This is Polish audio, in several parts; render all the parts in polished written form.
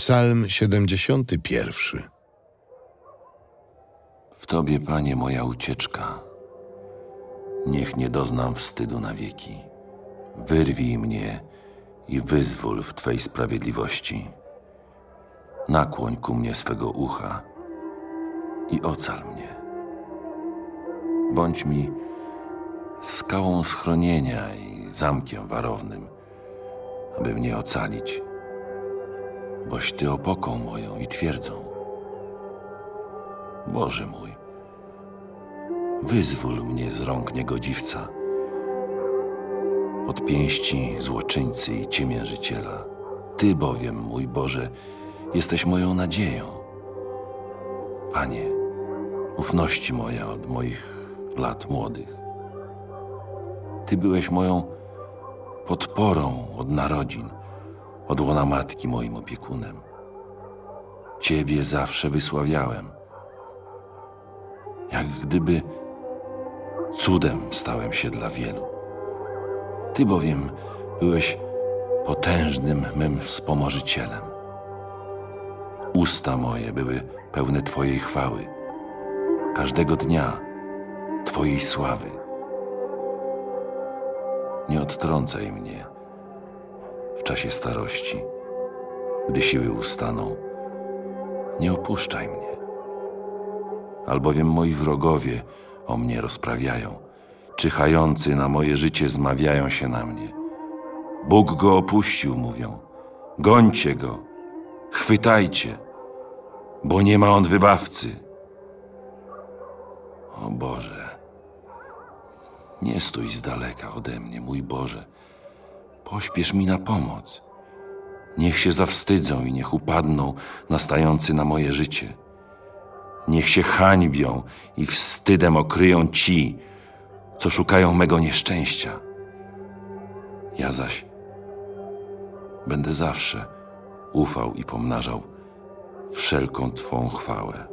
Psalm 71. W Tobie, Panie, moja ucieczka. Niech nie doznam wstydu na wieki. Wyrwij mnie i wyzwól w Twej sprawiedliwości. Nakłoń ku mnie swego ucha i ocal mnie. Bądź mi skałą schronienia i zamkiem warownym, aby mnie ocalić, boś Ty opoką moją i twierdzą. Boże mój, wyzwól mnie z rąk niegodziwca, od pięści złoczyńcy i ciemiężyciela. Ty bowiem, mój Boże, jesteś moją nadzieją. Panie, ufności moja od moich lat młodych. Ty byłeś moją podporą od narodzin, od łona matki moim opiekunem. Ciebie zawsze wysławiałem. Jak gdyby cudem stałem się dla wielu. Ty bowiem byłeś potężnym mym wspomożycielem. Usta moje były pełne Twojej chwały, każdego dnia Twojej sławy. Nie odtrącaj mnie w czasie starości, gdy siły ustaną. Nie opuszczaj mnie, albowiem moi wrogowie o mnie rozprawiają, czyhający na moje życie zmawiają się na mnie. Bóg go opuścił, mówią. Gońcie go, chwytajcie, bo nie ma on wybawcy. O Boże, nie stój z daleka ode mnie, mój Boże. Pośpiesz mi na pomoc. Niech się zawstydzą i niech upadną nastający na moje życie. Niech się hańbią i wstydem okryją ci, co szukają mego nieszczęścia. Ja zaś będę zawsze ufał i pomnażał wszelką Twą chwałę.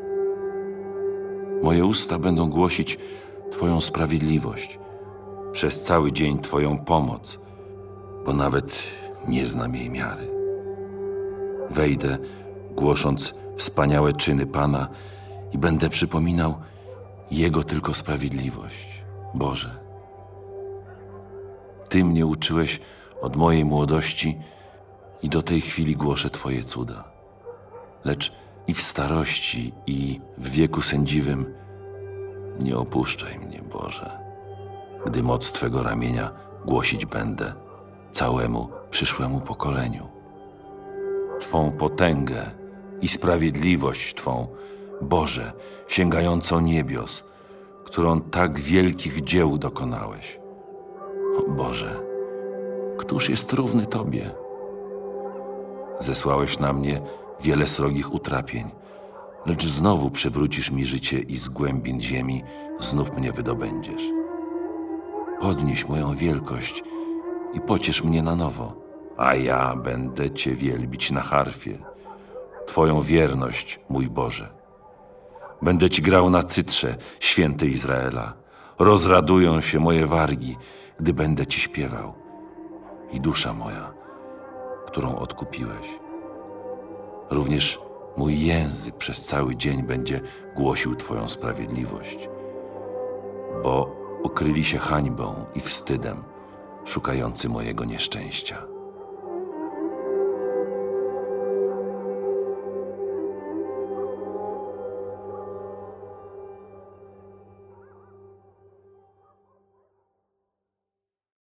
Moje usta będą głosić Twoją sprawiedliwość, przez cały dzień Twoją pomoc, bo nawet nie znam jej miary. Wejdę, głosząc wspaniałe czyny Pana i będę przypominał Jego tylko sprawiedliwość. Boże, Ty mnie uczyłeś od mojej młodości i do tej chwili głoszę Twoje cuda. Lecz i w starości, i w wieku sędziwym nie opuszczaj mnie, Boże, gdy moc Twego ramienia głosić będę całemu przyszłemu pokoleniu. Twą potęgę i sprawiedliwość Twą, Boże, sięgającą niebios, którą tak wielkich dzieł dokonałeś. O Boże, któż jest równy Tobie? Zesłałeś na mnie wiele srogich utrapień, lecz znowu przywrócisz mi życie i z głębin ziemi znów mnie wydobędziesz. Podnieś moją wielkość i pociesz mnie na nowo, a ja będę Cię wielbić na harfie. Twoją wierność, mój Boże. Będę Ci grał na cytrze, święty Izraela. Rozradują się moje wargi, gdy będę Ci śpiewał. I dusza moja, którą odkupiłeś. Również mój język przez cały dzień będzie głosił Twoją sprawiedliwość, bo okryli się hańbą i wstydem, szukający mojego nieszczęścia.